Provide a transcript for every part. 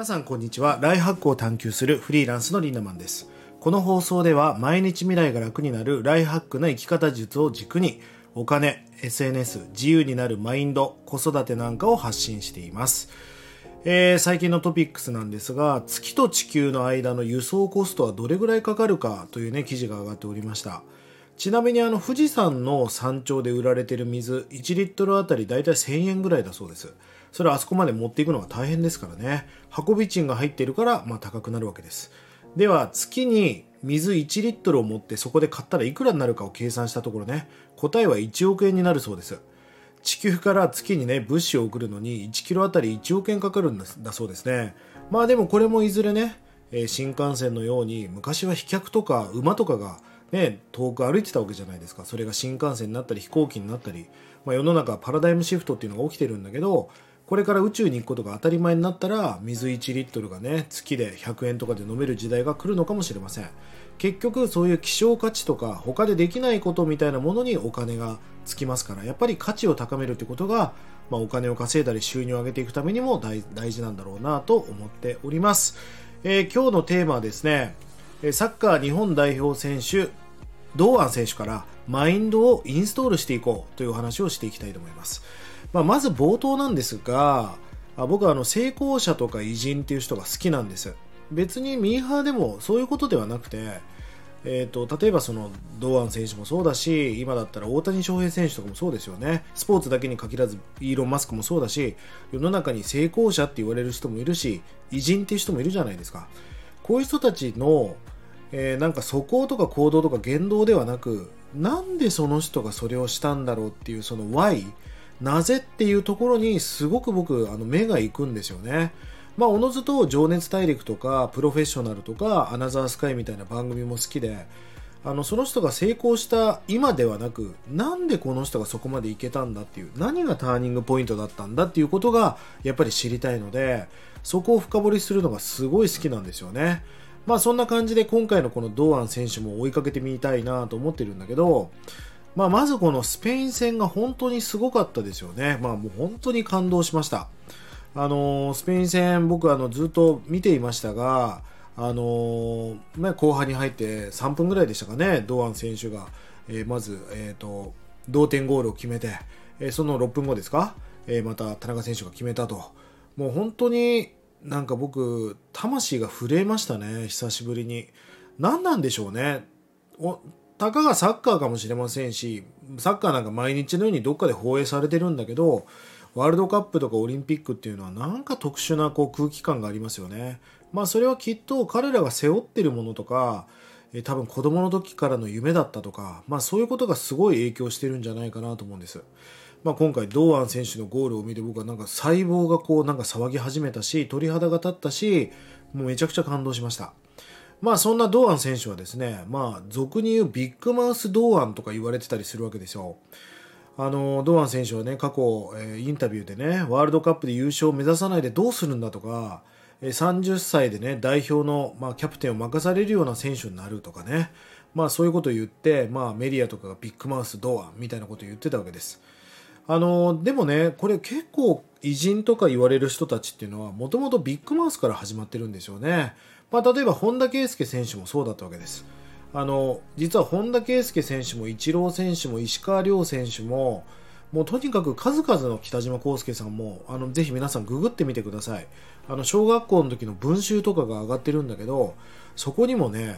皆さんこんにちは。ライフハックを探求するフリーランスのリンダマンです。この放送では毎日未来が楽になるライフハックな生き方術を軸にお金、SNS、自由になるマインド、子育てなんかを発信しています。最近のトピックスなんですが、月と地球の間の輸送コストはどれぐらいかかるかというね記事が上がっておりました。ちなみに富士山の山頂で売られている水1リットルあたりだいたい1000円ぐらいだそうです。それはあそこまで持っていくのが大変ですからね。運び賃が入っているから、高くなるわけです。では月に水1リットルを持ってそこで買ったらいくらになるかを計算したところね、答えは1億円になるそうです。地球から月にね物資を送るのに1キロあたり1億円かかるんだそうですね。でもこれもいずれね、新幹線のように昔は飛脚とか馬とかが遠く歩いてたわけじゃないですか。それが新幹線になったり飛行機になったり、世の中パラダイムシフトっていうのが起きてるんだけど、これから宇宙に行くことが当たり前になったら水1リットルがね月で100円とかで飲める時代が来るのかもしれません。結局そういう希少価値とか他でできないことみたいなものにお金がつきますから、やっぱり価値を高めるってことが、お金を稼いだり収入を上げていくためにも大事なんだろうなと思っております。今日のテーマはですね、サッカー日本代表選手堂安選手からマインドをインストールしていこうというお話をしていきたいと思います。まず冒頭なんですが、僕は成功者とか偉人っていう人が好きなんです。別にミーハーでもそういうことではなくて、例えばその堂安選手もそうだし、今だったら大谷翔平選手とかもそうですよね。スポーツだけに限らずイーロン・マスクもそうだし、世の中に成功者って言われる人もいるし、偉人っていう人もいるじゃないですか。こういう人たちのなんか素行とか行動とか言動ではなく、なんでその人がそれをしたんだろうっていうその Why、 なぜっていうところにすごく僕目が行くんですよね。おのずと情熱大陸とかプロフェッショナルとかアナザースカイみたいな番組も好きで、その人が成功した今ではなく、なんでこの人がそこまでいけたんだっていう、何がターニングポイントだったんだっていうことがやっぱり知りたいので、そこを深掘りするのがすごい好きなんですよね。そんな感じで今回のこの堂安選手も追いかけてみたいなと思ってるんだけど、まずこのスペイン戦が本当にすごかったですよね。もう本当に感動しました。スペイン戦僕ずっと見ていましたが、後半に入って3分ぐらいでしたかね、堂安選手が、まず、同点ゴールを決めて、その6分後ですか、また田中選手が決めたと。もう本当になんか僕魂が震えましたね、久しぶりに。何なんでしょうね。たかがサッカーかもしれませんし、サッカーなんか毎日のようにどっかで放映されてるんだけど、ワールドカップとかオリンピックっていうのはなんか特殊な空気感がありますよね。それはきっと彼らが背負ってるものとか、多分子供の時からの夢だったとか、そういうことがすごい影響してるんじゃないかなと思うんです。今回堂安選手のゴールを見て僕はなんか細胞がなんか騒ぎ始めたし、鳥肌が立ったし、もうめちゃくちゃ感動しました。そんな堂安選手はですね、俗に言うビッグマウス堂安とか言われてたりするわけですよ。堂安選手はね、過去、インタビューでね、ワールドカップで優勝を目指さないでどうするんだとか、30歳でね代表の、キャプテンを任されるような選手になるとかね、そういうことを言って、メディアとかがビッグマウス堂安みたいなことを言ってたわけです。でもね、これ結構偉人とか言われる人たちっていうのはもともとビッグマウスから始まってるんですよね。例えば本田圭佑選手もそうだったわけです。実は本田圭佑選手もイチロー選手も石川遼選手も、もうとにかく数々の北島康介さんもぜひ皆さんググってみてください。小学校の時の文集とかが上がってるんだけど、そこにもね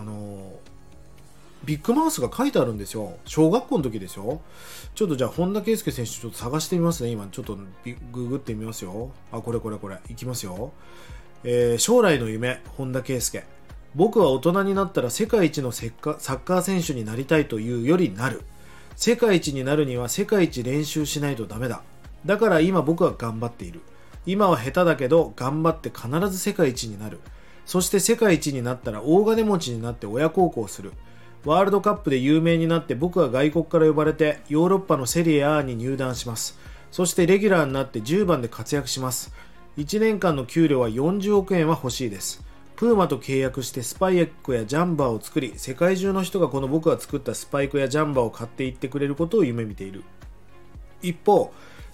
ビッグマウスが書いてあるんですよ。小学校の時ですよ。ちょっとじゃあ本田圭佑選手ちょっと探してみますね。今ちょっとググってみますよ。これいきますよ。将来の夢本田圭佑。僕は大人になったら世界一のサッカー選手になりたいというよりなる。世界一になるには世界一練習しないとダメだ。だから今僕は頑張っている。今は下手だけど頑張って必ず世界一になる。そして世界一になったら大金持ちになって親孝行する。ワールドカップで有名になって僕は外国から呼ばれてヨーロッパのセリエ A に入団します。そしてレギュラーになって10番で活躍します。1年間の給料は40億円は欲しいです。プーマと契約してスパイクやジャンバーを作り、世界中の人がこの僕が作ったスパイクやジャンバーを買っていってくれることを夢見ている。一方、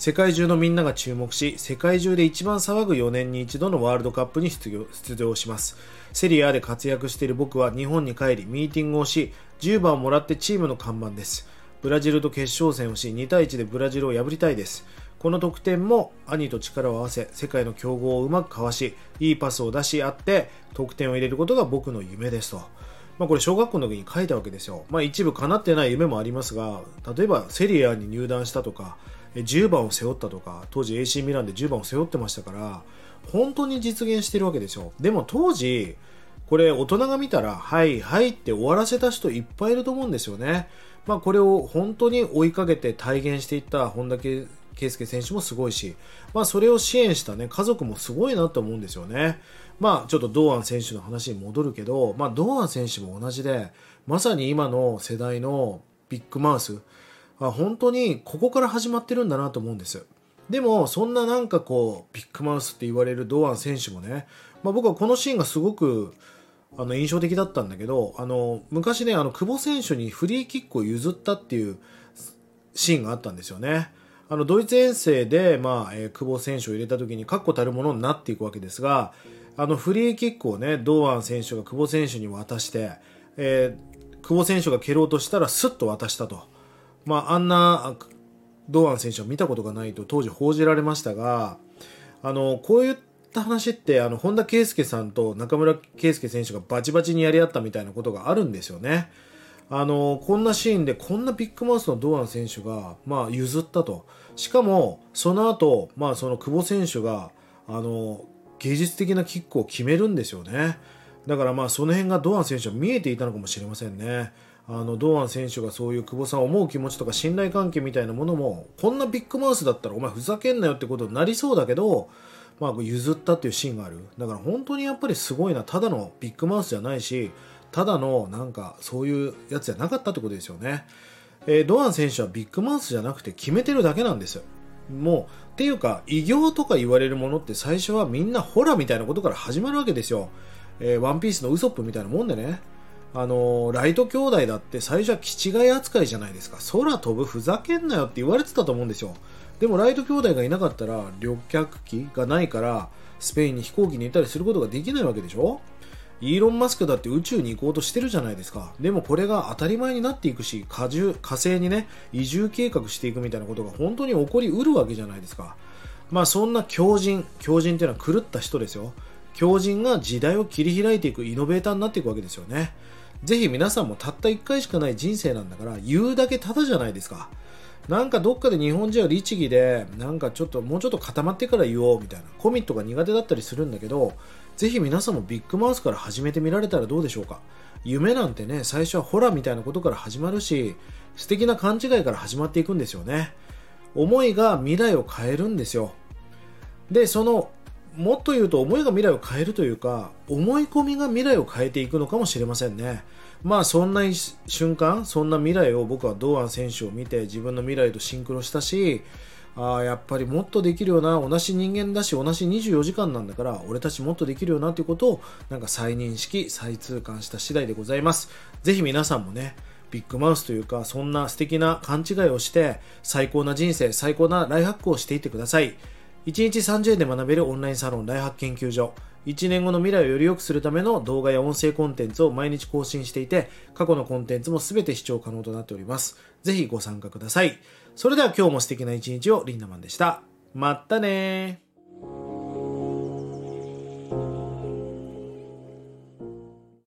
世界中のみんなが注目し、世界中で一番騒ぐ4年に一度のワールドカップに出場します。セリアで活躍している僕は日本に帰りミーティングをし、10番をもらってチームの看板です。ブラジルと決勝戦をし、2対1でブラジルを破りたいです。この得点も兄と力を合わせ、世界の強豪をうまくかわし、いいパスを出し合って得点を入れることが僕の夢ですと。これ小学校の時に書いたわけですよ。一部叶ってない夢もありますが、例えばセリアに入団したとか、10番を背負ったとか、当時 AC ミランで10番を背負ってましたから、本当に実現してるわけですよ。でも当時、これ大人が見たら、はいはいって終わらせた人いっぱいいると思うんですよね。これを本当に追いかけて体現していった本田圭佑選手もすごいし、それを支援したね、家族もすごいなと思うんですよね。ちょっと堂安選手の話に戻るけど、堂安選手も同じで、まさに今の世代のビッグマウス、本当にここから始まってるんだなと思うんです。でも、そんなビッグマウスって言われる堂安選手もね、僕はこのシーンがすごく印象的だったんだけど、昔ね、久保選手にフリーキックを譲ったっていうシーンがあったんですよね。ドイツ遠征で、久保選手を入れた時に確固たるものになっていくわけですが、フリーキックをね、堂安選手が久保選手に渡して、久保選手が蹴ろうとしたらスッと渡したと。あんな堂安選手を見たことがないと当時報じられましたが、こういった話って本田圭佑さんと中村圭佑選手がバチバチにやり合ったみたいなことがあるんですよね。こんなシーンでこんなビッグマウスの堂安選手が、譲ったと。しかもその後、その久保選手が芸術的なキックを決めるんですよね。だからその辺が堂安選手は見えていたのかもしれませんね。堂安選手がそういう久保さんを思う気持ちとか信頼関係みたいなものも、こんなビッグマウスだったらお前ふざけんなよってことになりそうだけど、譲ったっていうシーンがある。だから本当にやっぱりすごいな。ただのビッグマウスじゃないし、ただのそういうやつじゃなかったってことですよね。堂安選手はビッグマウスじゃなくて決めてるだけなんですよ。もうっていうか、偉業とか言われるものって最初はみんなホラみたいなことから始まるわけですよ。ワンピースのウソップみたいなもんでね、ライト兄弟だって最初は気違い扱いじゃないですか。空飛ぶふざけんなよって言われてたと思うんですよ。でもライト兄弟がいなかったら旅客機がないからスペインに飛行機に行ったりすることができないわけでしょ。イーロン・マスクだって宇宙に行こうとしてるじゃないですか。でもこれが当たり前になっていくし、火星にね、移住計画していくみたいなことが本当に起こりうるわけじゃないですか。そんな狂人っていうのは狂った人ですよ。狂人が時代を切り開いていくイノベーターになっていくわけですよね。ぜひ皆さんもたった1回しかない人生なんだから、言うだけただじゃないですか。どっかで日本人は律儀で、もうちょっと固まってから言おうみたいな、コミットが苦手だったりするんだけど、ぜひ皆さんもビッグマウスから始めてみられたらどうでしょうか。夢なんてね、最初はホラーみたいなことから始まるし、素敵な勘違いから始まっていくんですよね。思いが未来を変えるんですよ。で、もっと言うと思いが未来を変えるというか、思い込みが未来を変えていくのかもしれませんね。そんな瞬間、そんな未来を僕は堂安選手を見て自分の未来とシンクロしたし、やっぱりもっとできるよな、同じ人間だし同じ24時間なんだから俺たちもっとできるよなということを再認識再痛感した次第でございます。ぜひ皆さんもね、ビッグマウスというかそんな素敵な勘違いをして最高な人生、最高なライフハックをしていってください。1日30円で学べるオンラインサロンライフハック研究所、1年後の未来をより良くするための動画や音声コンテンツを毎日更新していて、過去のコンテンツも全て視聴可能となっております。ぜひご参加ください。それでは今日も素敵な一日を。リンダマンでした。またねー。